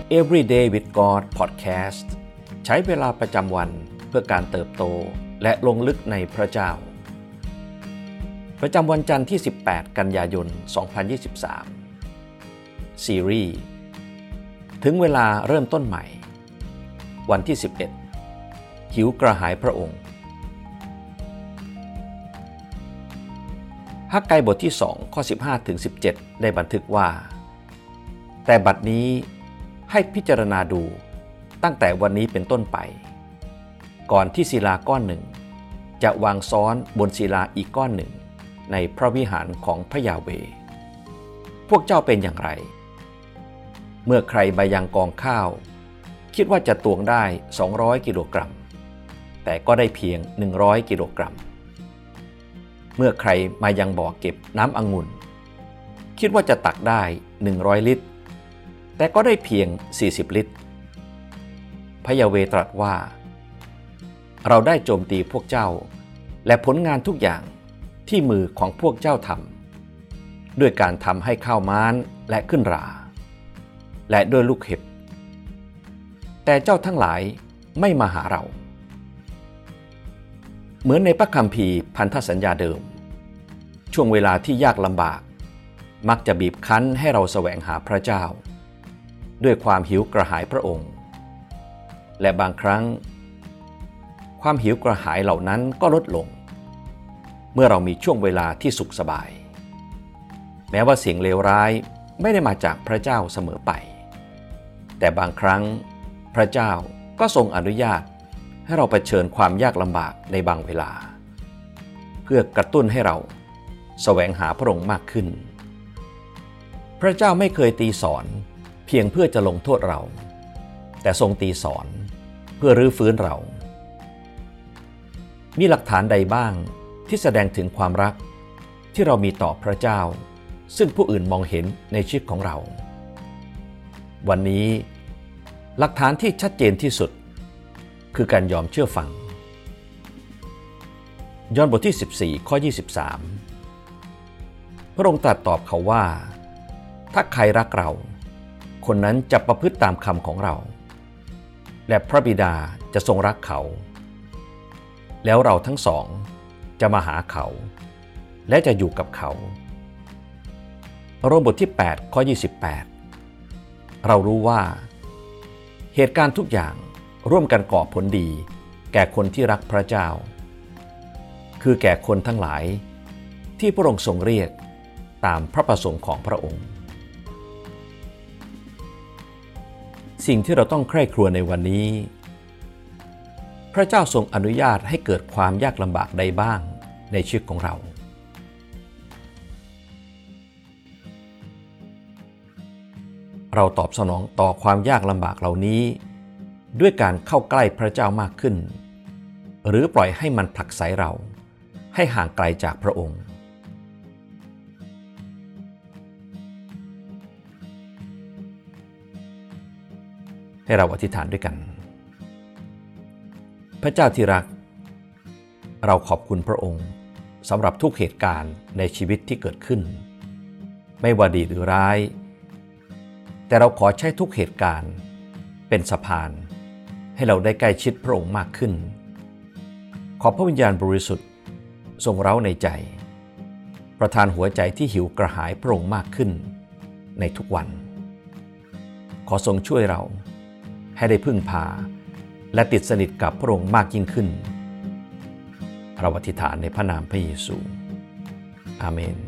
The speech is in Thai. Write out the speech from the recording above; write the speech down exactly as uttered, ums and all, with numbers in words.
Everyday with God Podcast ใช้เวลาประจำวันเพื่อการเติบโตและลงลึกในพระเจ้าประจำวันจันทร์ที่สิบแปดกันยายนสองพันยี่สิบสามซีรีส์ถึงเวลาเริ่มต้นใหม่วันที่สิบเอ็ดหิวกระหายพระองค์ฮักไกบทที่สองข้อสิบห้าถึงสิบเจ็ดได้บันทึกว่าแต่บัดนี้ให้พิจารณาดูตั้งแต่วันนี้เป็นต้นไปก่อนที่ศิลาก้อนหนึ่งจะวางซ้อนบนศิลาอีกก้อนหนึ่งในพระวิหารของพระยาเวห์พวกเจ้าเป็นอย่างไรเมื่อใครมายังกองข้าวคิดว่าจะตวงได้สองร้อยกิโลกรัมแต่ก็ได้เพียงหนึ่งร้อยกิโลกรัมเมื่อใครมายังบ่อเก็บน้ำองุ่นคิดว่าจะตักได้หนึ่งร้อยลิตรแต่ก็ได้เพียงสี่สิบลิตรพระยาเวห์ตรัสว่าเราได้โจมตีพวกเจ้าและผลงานทุกอย่างที่มือของพวกเจ้าทำด้วยการทำให้ข้าวม้านและขึ้นราและด้วยลูกเห็บแต่เจ้าทั้งหลายไม่มาหาเราเหมือนในพระคัมภีร์พันธสัญญาเดิมช่วงเวลาที่ยากลำบากมักจะบีบคั้นให้เราแสวงหาพระเจ้าด้วยความหิวกระหายพระองค์และบางครั้งความหิวกระหายเหล่านั้นก็ลดลงเมื่อเรามีช่วงเวลาที่สุขสบายแม้ว่าสิ่งเลวร้ายไม่ได้มาจากพระเจ้าเสมอไปแต่บางครั้งพระเจ้าก็ทรงอนุญาตให้เราเผชิญความยากลำบากในบางเวลาเพื่อกระตุ้นให้เราแสวงหาพระองค์มากขึ้นพระเจ้าไม่เคยตีสอนเพียงเพื่อจะลงโทษเราแต่ทรงตีสอนเพื่อรื้อฟื้นเรามีหลักฐานใดบ้างที่แสดงถึงความรักที่เรามีต่อพระเจ้าซึ่งผู้อื่นมองเห็นในชีวิตของเราวันนี้หลักฐานที่ชัดเจนที่สุดคือการยอมเชื่อฟังยอห์นบทที่สิบสี่ข้อยี่สิบสามพระองค์ตรัสตอบเขาว่าถ้าใครรักเราคนนั้นจะประพฤติตามคำของเราและพระบิดาจะทรงรักเขาแล้วเราทั้งสองจะมาหาเขาและจะอยู่กับเขาโรมบทที่แปดข้อยี่สิบแปดเรารู้ว่าเหตุการณ์ทุกอย่างร่วมกันก่อผลดีแก่คนที่รักพระเจ้าคือแก่คนทั้งหลายที่พระองค์ทรงเรียกตามพระประสงค์ของพระองค์สิ่งที่เราต้องใคร่ครวญในวันนี้พระเจ้าทรงอนุญาตให้เกิดความยากลำบากใดบ้างในชีวิตของเราเราตอบสนองต่อความยากลำบากเหล่านี้ด้วยการเข้าใกล้พระเจ้ามากขึ้นหรือปล่อยให้มันผลักไสเราให้ห่างไกลจากพระองค์ให้เราอธิษฐานด้วยกันพระเจ้าที่รักเราขอบคุณพระองค์สำหรับทุกเหตุการณ์ในชีวิตที่เกิดขึ้นไม่ว่าดีหรือร้ายแต่เราขอใช้ทุกเหตุการณ์เป็นสะพานให้เราได้ใกล้ชิดพระองค์มากขึ้นขอพระวิญญาณบริสุทธิ์ทรงเร้าในใจประทานหัวใจที่หิวกระหายพระองค์มากขึ้นในทุกวันขอทรงช่วยเราให้ได้พึ่งพาและติดสนิทกับพระองค์มากยิ่งขึ้นเราอธิษฐานในพระนามพระเยซูอาเมน